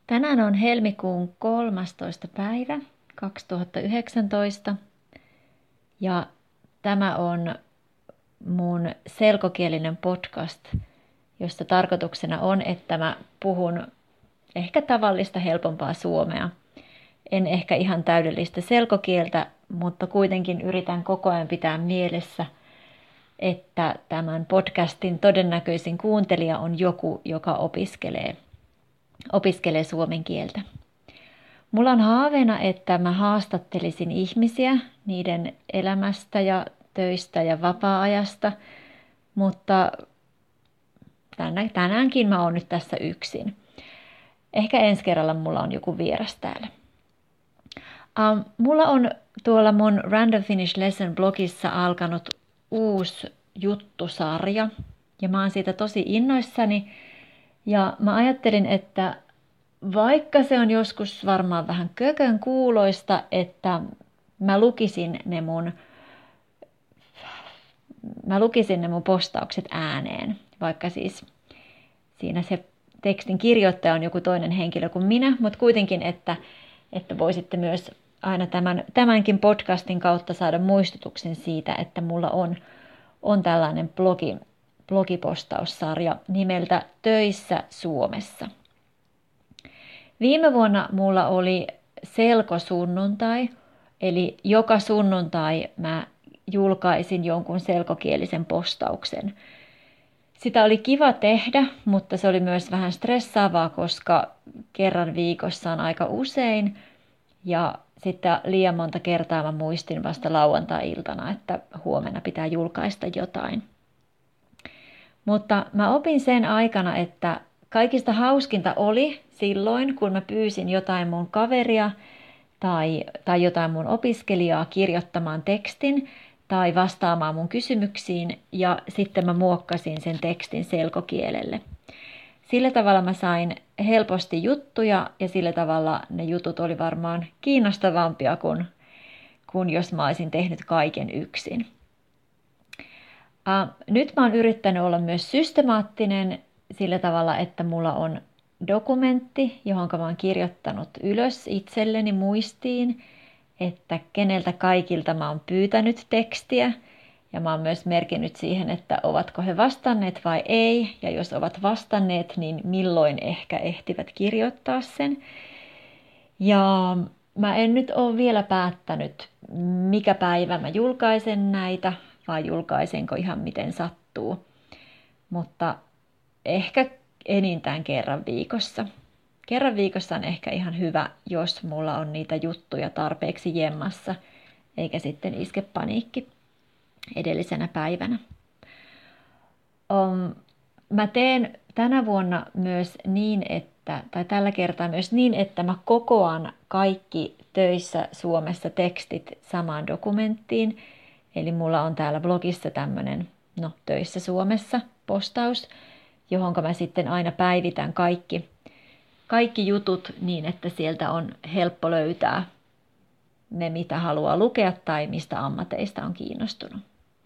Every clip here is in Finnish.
Tänään on helmikuun 13. päivä 2019 ja tämä on mun selkokielinen podcast, jossa tarkoituksena on, että mä puhun ehkä tavallista helpompaa suomea. En ehkä ihan täydellistä selkokieltä, mutta kuitenkin yritän koko ajan pitää mielessä, että tämän podcastin todennäköisin kuuntelija on joku, joka opiskelee suomen kieltä. Mulla on haaveena, että mä haastattelisin ihmisiä niiden elämästä ja töistä ja vapaa-ajasta, mutta tänäänkin mä oon nyt tässä yksin. Ehkä ensi kerralla mulla on joku vieras täällä. Mulla on tuolla mun Random Finnish Lesson blogissa alkanut uusi juttusarja ja mä oon siitä tosi innoissani. Ja mä ajattelin, että vaikka se on joskus varmaan vähän kökön kuuloista, että mä lukisin ne mun postaukset ääneen, vaikka siis siinä se tekstin kirjoittaja on joku toinen henkilö kuin minä, mutta kuitenkin, että voisitte myös aina tämänkin podcastin kautta saada muistutuksen siitä, että mulla on tällainen blogipostaussarja nimeltä Töissä Suomessa. Viime vuonna mulla oli selkosunnuntai, eli joka sunnuntai mä julkaisin jonkun selkokielisen postauksen. Sitä oli kiva tehdä, mutta se oli myös vähän stressaavaa, koska kerran viikossa on aika usein ja sitten liian monta kertaa mä muistin vasta lauantai-iltana, että huomenna pitää julkaista jotain. Mutta mä opin sen aikana, että kaikista hauskinta oli silloin, kun mä pyysin jotain mun kaveria tai jotain mun opiskelijaa kirjoittamaan tekstin tai vastaamaan mun kysymyksiin ja sitten mä muokkasin sen tekstin selkokielelle. Sillä tavalla mä sain helposti juttuja ja sillä tavalla ne jutut oli varmaan kiinnostavampia kuin jos mä olisin tehnyt kaiken yksin. Nyt mä oon yrittänyt olla myös systemaattinen sillä tavalla, että mulla on dokumentti, johon mä oon kirjoittanut ylös itselleni muistiin, että keneltä kaikilta mä oon pyytänyt tekstiä. Ja mä oon myös merkinnyt siihen, että ovatko he vastanneet vai ei. Ja jos ovat vastanneet, niin milloin ehkä ehtivät kirjoittaa sen. Ja mä en nyt ole vielä päättänyt, mikä päivä mä julkaisen näitä vai julkaisenko ihan miten sattuu. Mutta ehkä enintään kerran viikossa. Kerran viikossa on ehkä ihan hyvä, jos mulla on niitä juttuja tarpeeksi jemmassa, eikä sitten iske paniikki edellisenä päivänä. Mä teen tänä vuonna myös niin, tai tällä kertaa myös niin, että mä kokoan kaikki Töissä Suomessa tekstit samaan dokumenttiin. Eli mulla on täällä blogissa tämmöinen Töissä Suomessa postaus, johon mä sitten aina päivitän kaikki jutut niin, että sieltä on helppo löytää ne, mitä haluaa lukea tai mistä ammateista on kiinnostunut.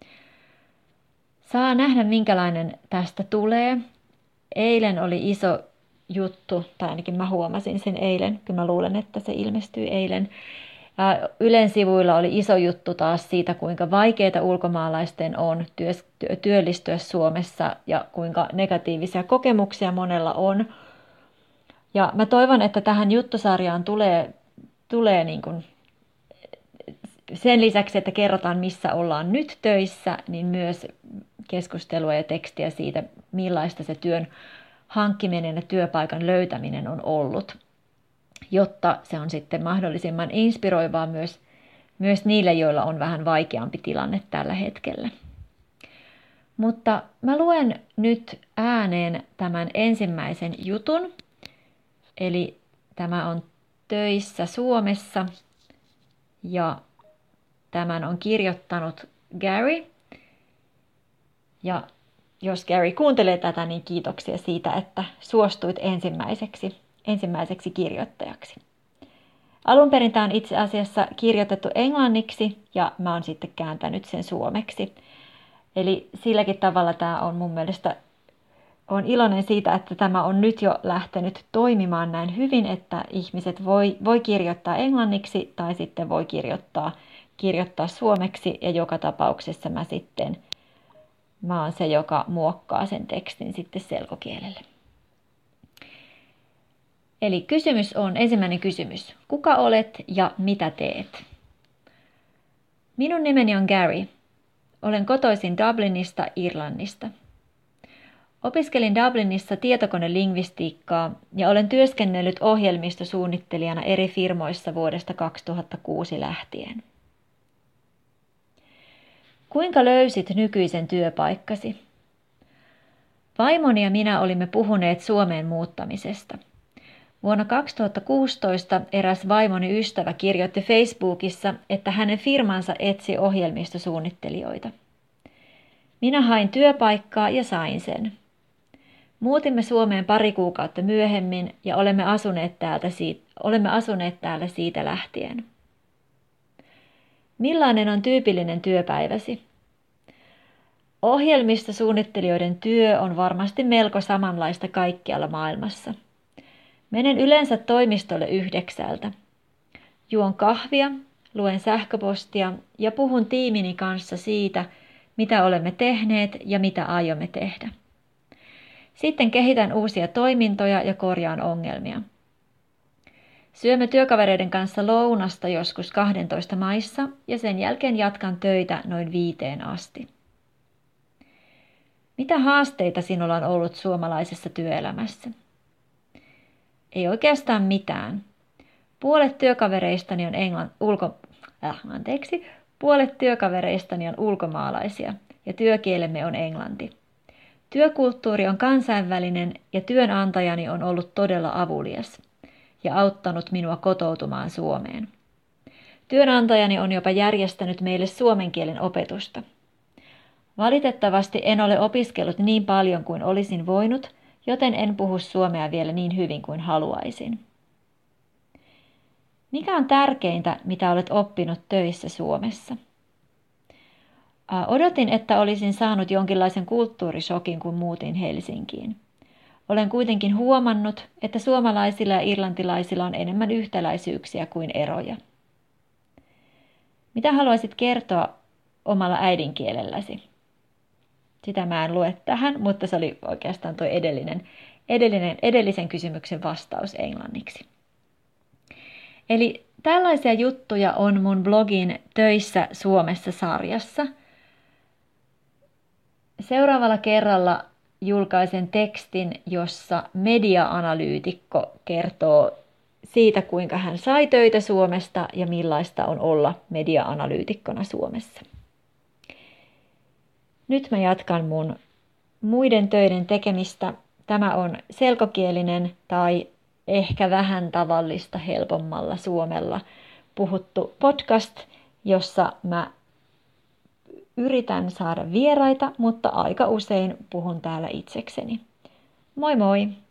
Saa nähdä, minkälainen tästä tulee. Eilen oli iso juttu, tai ainakin mä huomasin sen eilen, kyllä mä luulen, että se ilmestyi eilen. Ylen sivuilla oli iso juttu taas siitä, kuinka vaikeaa ulkomaalaisten on työllistyä Suomessa ja kuinka negatiivisia kokemuksia monella on. Ja mä toivon, että tähän juttusarjaan tulee niin kuin sen lisäksi, että kerrotaan missä ollaan nyt töissä, niin myös keskustelua ja tekstiä siitä, millaista se työn hankkiminen ja työpaikan löytäminen on ollut, jotta se on sitten mahdollisimman inspiroivaa myös niille, joilla on vähän vaikeampi tilanne tällä hetkellä. Mutta mä luen nyt ääneen tämän ensimmäisen jutun, eli tämä on Töissä Suomessa ja tämän on kirjoittanut Gary. Ja jos Gary kuuntelee tätä, niin kiitoksia siitä, että suostuit ensimmäiseksi kirjoittajaksi. Alun perin tämä on itse asiassa kirjoitettu englanniksi ja mä oon sitten kääntänyt sen suomeksi. Eli silläkin tavalla tämä on mun mielestä olen iloinen siitä, että tämä on nyt jo lähtenyt toimimaan näin hyvin, että ihmiset voi kirjoittaa englanniksi tai sitten voi kirjoittaa suomeksi ja joka tapauksessa mä oon se, joka muokkaa sen tekstin sitten selkokielelle. Eli ensimmäinen kysymys. Kuka olet ja mitä teet? Minun nimeni on Gary. Olen kotoisin Dublinista, Irlannista. Opiskelin Dublinissa tietokonelingvistiikkaa ja olen työskennellyt ohjelmistosuunnittelijana eri firmoissa vuodesta 2006 lähtien. Kuinka löysit nykyisen työpaikkasi? Vaimoni ja minä olimme puhuneet Suomeen muuttamisesta. Vuonna 2016 eräs vaimoni ystävä kirjoitti Facebookissa, että hänen firmansa etsi ohjelmistosuunnittelijoita. Minä hain työpaikkaa ja sain sen. Muutimme Suomeen pari kuukautta myöhemmin ja olemme asuneet täällä siitä lähtien. Millainen on tyypillinen työpäiväsi? Ohjelmistosuunnittelijoiden työ on varmasti melko samanlaista kaikkialla maailmassa. Menen yleensä toimistolle 9. Juon kahvia, luen sähköpostia ja puhun tiimini kanssa siitä, mitä olemme tehneet ja mitä aiomme tehdä. Sitten kehitän uusia toimintoja ja korjaan ongelmia. Syömme työkavereiden kanssa lounasta joskus 12 maissa ja sen jälkeen jatkan töitä noin 5 asti. Mitä haasteita sinulla on ollut suomalaisessa työelämässä? Ei oikeastaan mitään. Puolet työkavereistani on ulkomaalaisia ja työkielemme on englanti. Työkulttuuri on kansainvälinen ja työnantajani on ollut todella avulias ja auttanut minua kotoutumaan Suomeen. Työnantajani on jopa järjestänyt meille suomen kielen opetusta. Valitettavasti en ole opiskellut niin paljon kuin olisin voinut, joten en puhu suomea vielä niin hyvin kuin haluaisin. Mikä on tärkeintä, mitä olet oppinut töissä Suomessa? Odotin, että olisin saanut jonkinlaisen kulttuurishokin, kun muutin Helsinkiin. Olen kuitenkin huomannut, että suomalaisilla ja irlantilaisilla on enemmän yhtäläisyyksiä kuin eroja. Mitä haluaisit kertoa omalla äidinkielelläsi? Sitä mä en lue tähän, mutta se oli oikeastaan tuo edellisen kysymyksen vastaus englanniksi. Eli tällaisia juttuja on mun blogin Töissä Suomessa -sarjassa. Seuraavalla kerralla julkaisen tekstin, jossa media-analyytikko kertoo siitä, kuinka hän sai töitä Suomesta ja millaista on olla media-analyytikkona Suomessa. Nyt mä jatkan mun muiden töiden tekemistä. Tämä on selkokielinen tai ehkä vähän tavallista helpommalla suomella puhuttu podcast, jossa mä yritän saada vieraita, mutta aika usein puhun täällä itsekseni. Moi moi!